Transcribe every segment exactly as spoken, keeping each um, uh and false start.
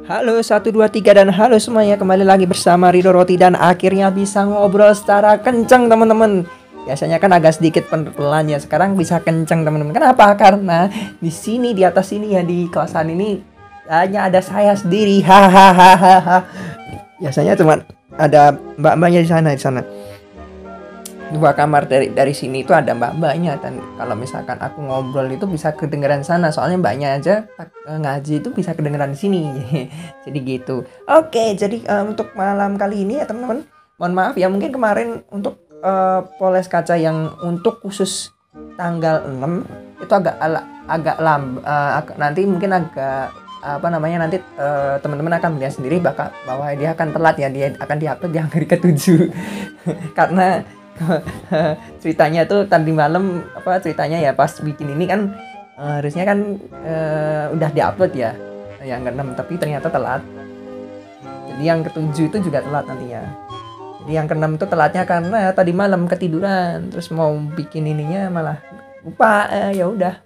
Halo satu dua tiga dan halo semuanya, kembali lagi bersama Rido Roti dan akhirnya bisa ngobrol secara kencang teman-teman. Biasanya kan agak sedikit pelan ya, sekarang bisa kencang teman-teman. Kenapa? Karena di sini di atas sini ya, di kosan ini hanya ada saya sendiri. Hahaha. Biasanya cuma ada mbak-mbaknya di sana di sana. Dua kamar dari dari sini itu ada mbak-mbaknya, dan kalau misalkan aku ngobrol itu bisa kedengeran sana, soalnya mbaknya aja eh, ngaji itu bisa kedengeran di sini. Jadi gitu. Oke, jadi eh, untuk malam kali ini ya teman-teman, mohon maaf ya mungkin kemarin untuk eh, poles kaca yang untuk khusus tanggal enam itu agak ala- agak lam eh, ag- nanti mungkin agak apa namanya nanti eh, teman-teman akan melihat sendiri bakal bahwa dia akan telat ya, dia akan diupload di hari ketujuh. Karena ceritanya tuh tadi malam apa ceritanya ya, pas bikin ini kan eh, harusnya kan eh, udah diupload ya yang keenam, tapi ternyata telat. Jadi yang ketujuh itu juga telat nantinya. Jadi yang keenam itu telatnya karena tadi malam ketiduran, terus mau bikin ininya malah lupa. Eh, ya udah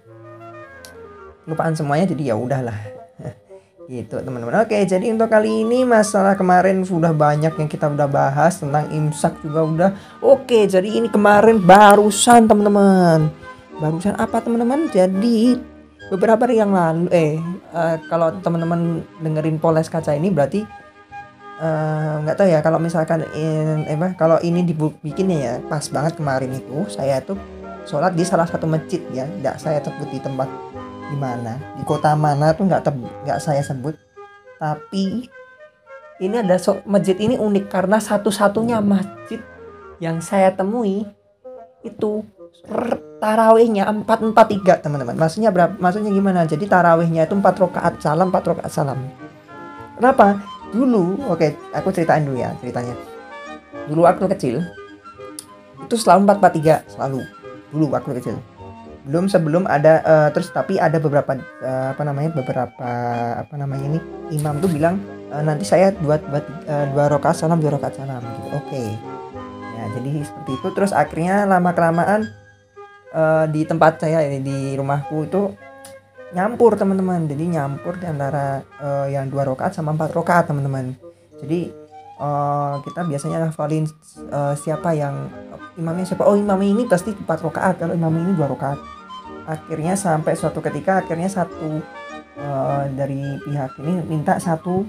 lupaan semuanya, jadi ya udahlah. Gitu teman-teman. Oke, jadi untuk kali ini masalah kemarin sudah banyak yang kita udah bahas, tentang imsak juga udah. Oke, jadi ini kemarin barusan teman-teman. Barusan apa teman-teman? Jadi beberapa hari yang lalu eh uh, kalau teman-teman dengerin poles kaca ini berarti nggak uh, tahu ya, kalau misalkan in, eh, kalau ini dibikinnya ya pas banget kemarin itu saya tuh sholat di salah satu masjid ya, nggak saya sebut di tempat di mana, di kota mana tuh nggak nggak saya sebut. Tapi ini ada so, masjid ini unik karena satu-satunya masjid yang saya temui itu tarawihnya empat empat tiga teman-teman. Maksudnya berapa? Maksudnya gimana? Jadi tarawihnya itu empat rakaat salam, empat rakaat salam. Kenapa? Dulu, oke, aku ceritain dulu ya ceritanya. Dulu waktu kecil itu selalu empat empat tiga selalu. Dulu waktu kecil. Belum sebelum ada uh, terus tapi ada beberapa uh, apa namanya beberapa apa namanya ini imam tuh bilang uh, nanti saya dua dua, uh, dua rakaat salam, dua rakaat salam gitu. Oke. Okay. Ya, jadi seperti itu. Terus akhirnya lama kelamaan uh, di tempat saya ini di rumahku itu nyampur teman-teman. Jadi nyampur di antara uh, yang dua rakaat sama empat rakaat teman-teman. Jadi uh, kita biasanya hafalin uh, siapa yang imamnya siapa. Oh, imam ini pasti empat rakaat, kalau imam ini dua rakaat. Akhirnya sampai suatu ketika akhirnya satu uh, dari pihak ini minta satu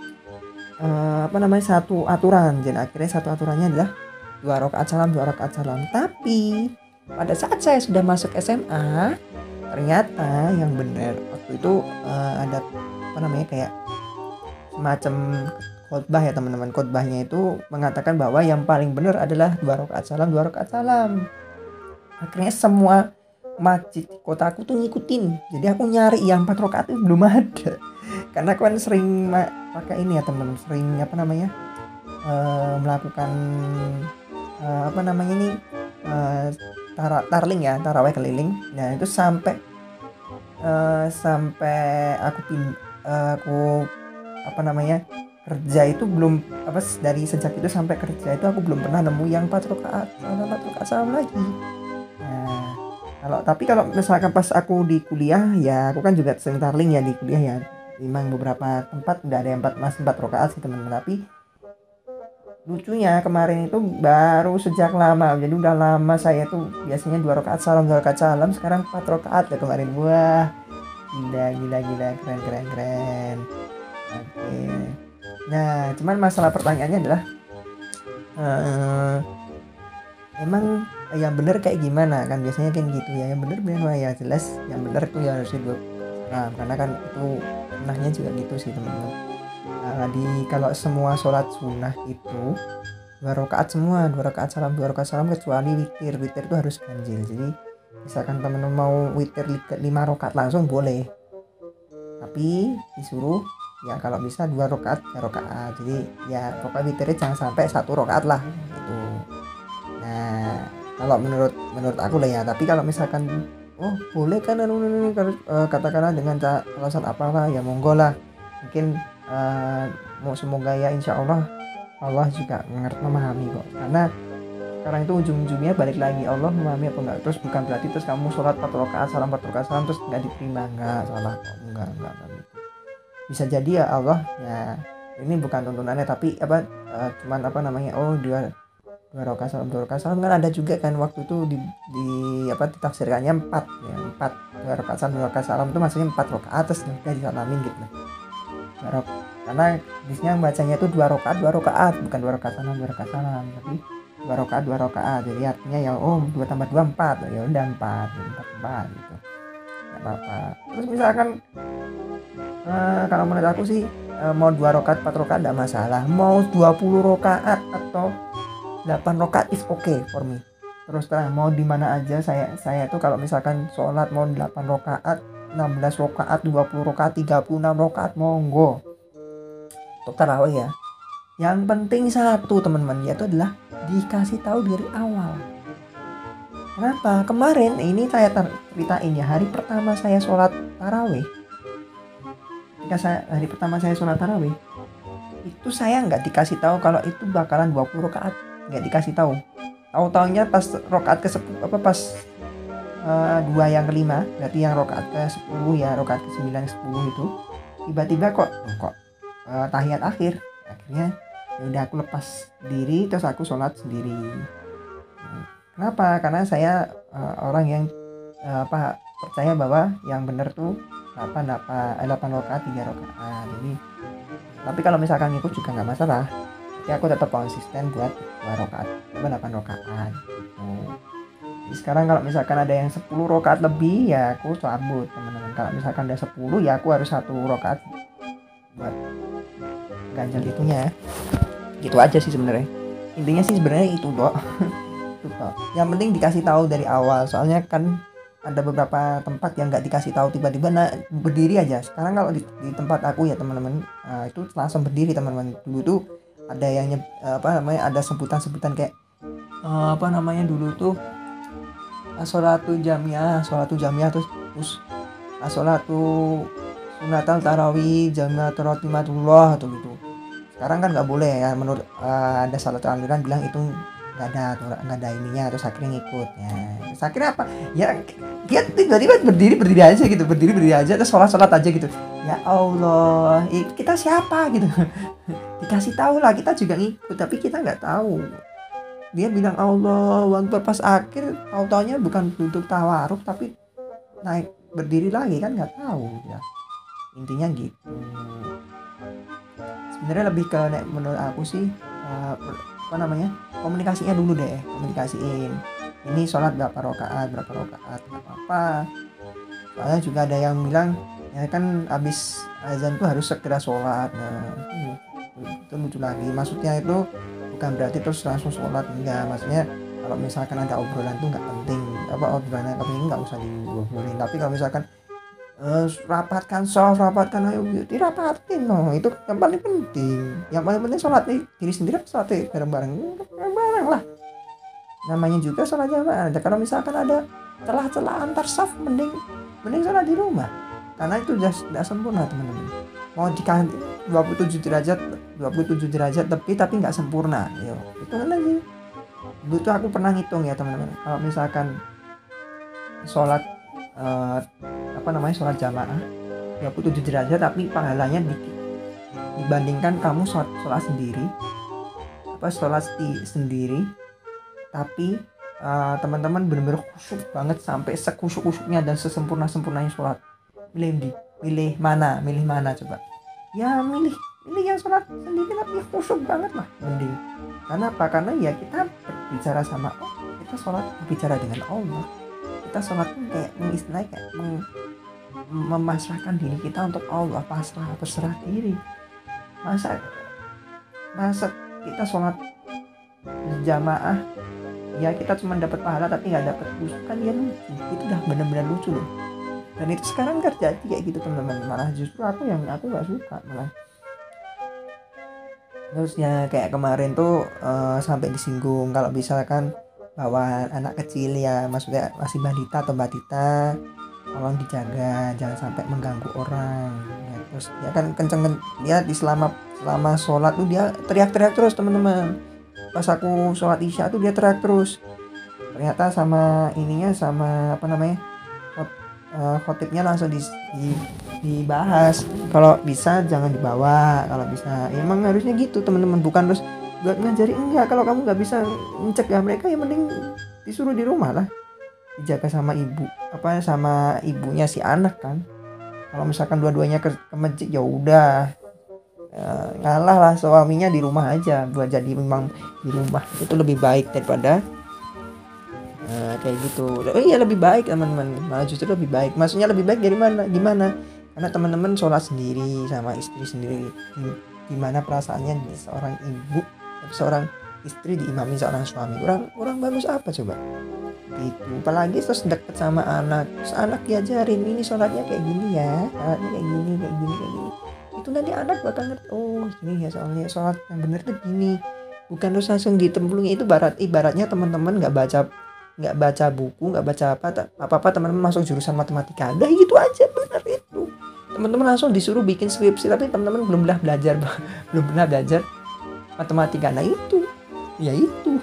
uh, apa namanya satu aturan. Dan akhirnya satu aturannya adalah dua rakaat salam, dua rakaat salam. Tapi pada saat saya sudah masuk S M A, ternyata yang benar waktu itu uh, ada apa namanya kayak semacam khotbah ya teman-teman. Khotbahnya itu mengatakan bahwa yang paling benar adalah dua rakaat salam, dua rakaat salam. Akhirnya semua masjid kotaku tuh ngikutin. Jadi aku nyari yang empat rakaat itu belum ada. Karena aku kan sering ma- pakai ini ya teman-teman, sering apa namanya uh, melakukan uh, apa namanya ini uh, tar- tarling ya, tarawih keliling. Nah itu sampai uh, sampai aku pin uh, aku apa namanya kerja itu belum apa dari sejak itu sampai kerja itu aku belum pernah nemu yang empat rakaat salam, empat rakaat salam lagi. Nah, kalau tapi kalau misalkan pas aku di kuliah ya, aku kan juga sering tarling ya di kuliah ya. Memang beberapa tempat udah ada yang empat mas empat rakaat sih teman-teman. Tapi lucunya kemarin itu baru sejak lama. Jadi udah lama saya tuh biasanya dua rakaat salam, dua rakaat salam, sekarang empat rakaat ya kemarin. Wah, gila gila gila keren keren keren. Oke. Nah, cuman masalah pertanyaannya adalah uh, emang yang benar kayak gimana kan, biasanya kan gitu ya. Yang benar benar ya jelas yang benar itu ya harus dua nah, karena kan itu sunnahnya juga gitu sih teman-teman. Nah, di kalau semua sholat sunnah itu dua rakaat semua, dua rakaat salam, dua rakaat salam kecuali witir. Witir itu harus ganjil. Jadi misalkan teman-teman mau witir lima rakaat langsung boleh. Tapi disuruh ya kalau bisa dua rakaat, tiga rakaat. Jadi ya pokoknya witirnya jangan sampai satu rakaat lah gitu. Nah, kalau menurut menurut aku lah ya. Tapi kalau misalkan oh boleh kan uh, katakanlah dengan alasan apalah ya monggo lah. Mungkin uh, mau semoga ya insya Allah Allah juga ngerti memahami kok. Karena sekarang itu ujung-ujungnya balik lagi Allah memahami apa enggak. Terus bukan berarti terus kamu sholat empat rakaat salam, empat rakaat salam terus nggak diterima, enggak, salah kok, enggak enggak, enggak gitu. bisa jadi ya Allah ya ini bukan tuntunannya, tapi apa uh, cuman apa namanya, oh dua dua rakaat salam dua rakaat salam kan ada juga kan waktu itu di, di apa ditafsirkannya empat ya empat dua rakaat salam dua rakaat salam itu maksudnya empat rakaat terus udah disalamin gitu lah. Karena bisnya bacanya itu dua rakaat dua rakaat bukan dua rakaat salam dua rakaat salam, tapi dua rakaat dua rakaat, jadi artinya ya oh dua tambah dua empat, ya udah empat empat empat gitu nggak apa-apa. Terus misalkan uh, kalau menurut aku sih uh, mau dua rakaat empat rakaat enggak masalah, mau dua puluh rakaat atau delapan rakaat is oke okay for me. Terus terang mau di mana aja, saya saya tuh kalau misalkan sholat mau delapan rakaat enam belas rakaat dua puluh rakaat tiga puluh enam rakaat monggo untuk tarawih ya. Yang penting satu teman-teman, yaitu adalah dikasih tahu dari awal. Kenapa? Kemarin ini saya ceritain ya, hari pertama saya sholat tarawih. Ketika saya hari pertama saya sholat tarawih, itu saya nggak dikasih tahu kalau itu bakalan dua puluh rakaat, nggak dikasih tahu. Tahu-taunya pas rakaat ke sepuluh apa pas uh, dua yang kelima, berarti yang rakaat ke sepuluh ya, rakaat ke sembilan sepuluh itu tiba-tiba kok kok uh, tahiyat akhir. Akhirnya ya udah aku lepas diri terus aku sholat sendiri. Kenapa? Karena saya uh, orang yang uh, apa percaya bahwa yang benar tuh delapan rakaat tiga rakaat. Jadi tapi kalau misalkan ikut juga nggak masalah. Tapi aku tetap konsisten buat dua rakaat apa delapan rakaat gitu. Jadi sekarang kalau misalkan ada yang sepuluh rakaat lebih ya aku cabut teman-teman. Kalau misalkan ada sepuluh ya aku harus satu rakaat buat ganjal itunya. Gitu aja sih sebenarnya. Intinya sih sebenarnya itu dok. Itu dok. Yang penting dikasih tahu dari awal. Soalnya kan ada beberapa tempat yang nggak dikasih tahu tiba-tiba nah, berdiri aja. Sekarang kalau di, di tempat aku ya teman-teman uh, itu langsung berdiri teman-teman. Dulu tuh ada yang nyeb, apa namanya ada sebutan-sebutan kayak uh, apa namanya dulu tuh as-sholatu jamiah, sholatu jamiah terus terus as-sholatu sunatal tarawih jamiatul rotimatullah atau gitu. Sekarang kan nggak boleh ya, menurut uh, ada salah satu aliran bilang itu nggak ada nggak ada ininya, terus akhirnya ngikut ya. Terus akhirnya apa ya, dia tiba-tiba berdiri berdiri aja gitu, berdiri berdiri aja terus sholat sholat aja gitu. Ya Allah, kita siapa gitu. Dikasih tahu lah, kita juga ngikut tapi kita nggak tahu. Dia bilang Allah Akbar pas akhir, tahu-taunya bukan duduk tawaruk tapi naik berdiri lagi, kan nggak tahu ya. Intinya gitu. Sebenarnya lebih ke menurut aku sih uh, apa namanya komunikasinya dulu deh, komunikasiin ini sholat berapa rakaat berapa rakaat nggak apa-apa. Soalnya juga ada yang bilang ya kan abis azan tuh harus segera sholat. Nah itu, itu lucu lagi, maksudnya itu bukan berarti terus langsung sholat, enggak. Maksudnya kalau misalkan ada obrolan tuh nggak penting, apa obrolan yang penting nggak usah diobrolin. Tapi kalau misalkan Uh, rapatkan soft, rapatkan ayo dirapatin, no itu yang paling penting. Yang paling penting sholat nih diri sendiri, sholat bareng-bareng bareng-bareng lah. Namanya juga sholat jamaah. Kalau misalkan ada celah-celah antar saf, mending mending sholat di rumah. Karena itu sudah tidak sempurna teman-teman. Mau dikanti dua puluh tujuh derajat, dua puluh tujuh derajat lebih tapi nggak sempurna. Yo, itu kan lagi. Dulu tuh aku pernah ngitung ya teman-teman. Kalau misalkan sholat Uh, apa namanya sholat jamaah dua puluh tujuh derajat tapi pahalanya dikit dibandingkan kamu sholat, sholat sendiri apa sholat sendiri tapi uh, teman-teman benar-benar khusyuk banget sampai sekusyuk-kusyuknya dan sesempurna-sempurnanya sholat. Milih di milih mana milih mana coba ya, milih milih yang sholat sendiri tapi khusyuk banget lah mending. Karena apa? Karena ya kita berbicara sama Allah, kita sholat berbicara dengan Allah. Kita sholat pun kayak mengistilahkan kayak mem, memasrahkan diri kita untuk Allah, pasrah berserah diri. Masa masa kita sholat jamaah ya kita cuma dapat pahala tapi nggak dapat khusyuk, kan ya lucu. Itu udah benar-benar lucu loh. Dan itu sekarang terjadi kayak gitu teman-teman. Malah justru aku yang aku nggak suka malah. Terus ya kayak kemarin tuh uh, sampai disinggung kalau misalkan bawa anak kecil ya, maksudnya masih balita atau batita, tolong dijaga jangan sampai mengganggu orang ya. Terus dia kan kenceng, dia di selama selama sholat tuh dia teriak-teriak terus teman-teman. Pas aku sholat isya tuh dia teriak terus, ternyata sama ininya sama apa namanya uh, khotibnya langsung di, di, dibahas. Kalau bisa jangan dibawa, kalau bisa ya emang harusnya gitu teman-teman, bukan terus buat ngajari. Enggak, kalau kamu nggak bisa mencegah mereka ya mending disuruh di rumah lah, dijaga sama ibu apa sama ibunya si anak kan. Kalau misalkan dua-duanya ke, ke masjid ya udah, uh, ngalah lah suaminya di rumah aja buat jadi imam di rumah, itu lebih baik daripada Nah, kayak gitu. Oh iya lebih baik teman-teman. Malah justru lebih baik. Maksudnya lebih baik dari mana? Gimana? Karena teman-teman sholat sendiri sama istri sendiri. Gimana perasaannya seorang ibu, seorang istri diimami seorang suami? Orang orang bagus apa coba? Itu. Apalagi terus deket sama anak. Terus anak diajarin ini sholatnya kayak gini ya, sholatnya kayak gini, kayak gini, kayak gini. Itu nanti anak bakal ngerti. Oh ini ya soalnya sholat yang bener tuh gini. Bukan terus langsung ditemplungi. Itu barat ibaratnya teman-teman nggak baca nggak baca buku, nggak baca apa apa apa teman-teman masuk jurusan matematika, udah gitu aja, bener itu. Teman-teman langsung disuruh bikin skripsi, tapi teman-teman belum pernah belajar belum pernah belajar matematika. Nah itu ya itu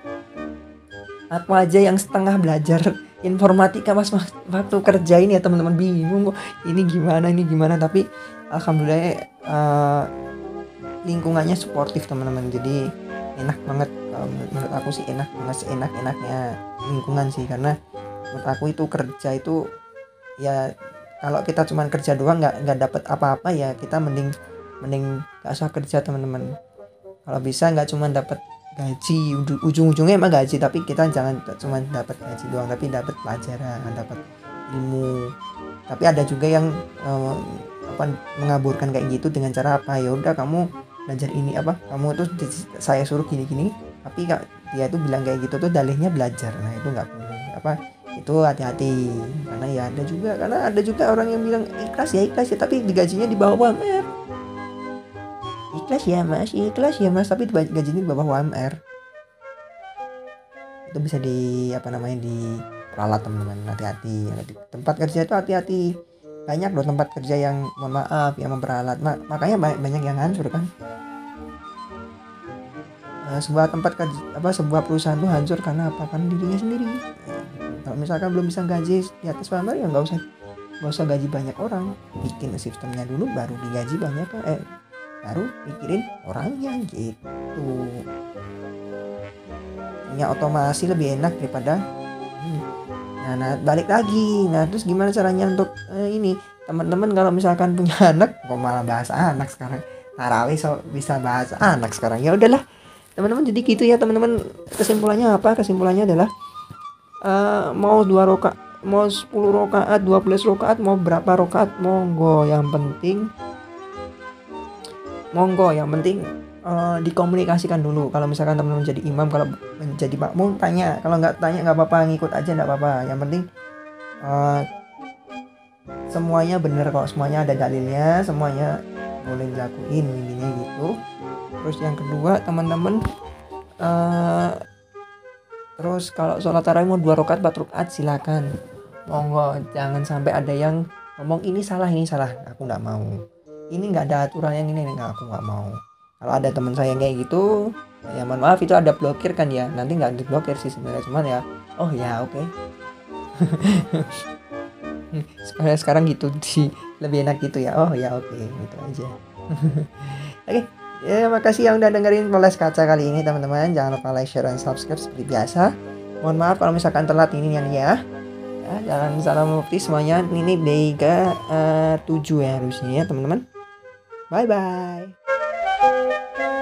aku aja yang setengah belajar informatika pas waktu kerja ini ya teman-teman bingung kok ini gimana ini gimana, tapi alhamdulillah uh, lingkungannya suportif teman-teman, jadi enak banget. Kalau menurut aku sih enak banget, seenak-enaknya lingkungan sih, karena menurut aku itu kerja itu ya kalau kita cuma kerja doang nggak nggak dapat apa-apa ya kita mending mending gak usah kerja teman-teman. Kalau bisa nggak cuma dapat gaji, ujung-ujungnya emang gaji, tapi kita jangan cuma dapat gaji doang, tapi dapat pelajaran, dapat ilmu. Tapi ada juga yang eh, apa mengaburkan kayak gitu dengan cara apa, ya udah kamu belajar ini apa, kamu tuh saya suruh gini-gini, tapi kak dia tuh bilang kayak gitu tuh dalihnya belajar. Nah itu nggak boleh apa, itu hati-hati, karena ya ada juga karena ada juga orang yang bilang ikhlas ya ikhlas ya, tapi digajinya di bawah U M R. Ikhlas ya mas, ikhlas ya mas, tapi gajinya di bawah U M R. Itu bisa di apa namanya di peralat teman-teman, hati-hati. Di tempat kerja itu hati-hati, banyak loh tempat kerja yang mohon maaf yang memperalat, makanya banyak yang hancur kan. Uh, sebuah tempat kerja apa sebuah perusahaan tuh hancur karena apa, kan dirinya sendiri. Kalau misalkan belum bisa gaji di atas U M R ya nggak usah nggak usah gaji banyak orang, bikin sistemnya dulu baru digaji banyak eh baru pikirin orangnya gitu. Ya otomasi lebih enak daripada hmm. nah, nah balik lagi, nah terus gimana caranya untuk eh, ini teman-teman kalau misalkan punya anak, kok malah bahas anak sekarang, tarawih so bisa bahas anak sekarang, ya udahlah teman-teman. Jadi gitu ya teman-teman, kesimpulannya apa? Kesimpulannya adalah uh, mau dua rokaat, mau sepuluh rokaat, dua belas rokaat, mau berapa rokaat, monggo, yang penting monggo yang penting uh, dikomunikasikan dulu. Kalau misalkan teman-teman jadi imam, kalau menjadi makmum tanya, kalau nggak tanya nggak apa-apa, ngikut aja nggak apa-apa. Yang penting uh, semuanya bener kok, semuanya ada dalilnya, semuanya boleh dilakuin intinya gitu. Terus yang kedua teman-teman uh, terus kalau sholat tarawih mau dua rakaat empat rakaat silakan, monggo. Jangan sampai ada yang ngomong ini salah ini salah, aku nggak mau, ini nggak ada aturan yang ini, nggak, aku nggak mau. Kalau ada teman saya yang kayak gitu ya mohon maaf, itu ada blokir kan ya, nanti nggak diblokir sih sebenarnya, cuman ya oh ya oke okay. sekarang gitu sih lebih enak gitu ya, oh ya oke okay. Gitu aja oke okay. Ya, makasih yang udah dengerin Poles Kaca kali ini teman-teman. Jangan lupa like, share, dan subscribe seperti biasa. Mohon maaf kalau misalkan telat ini ya. Ya, jangan salah mufti semuanya. Ini B ke tujuh ya harusnya ya teman-teman. Bye bye.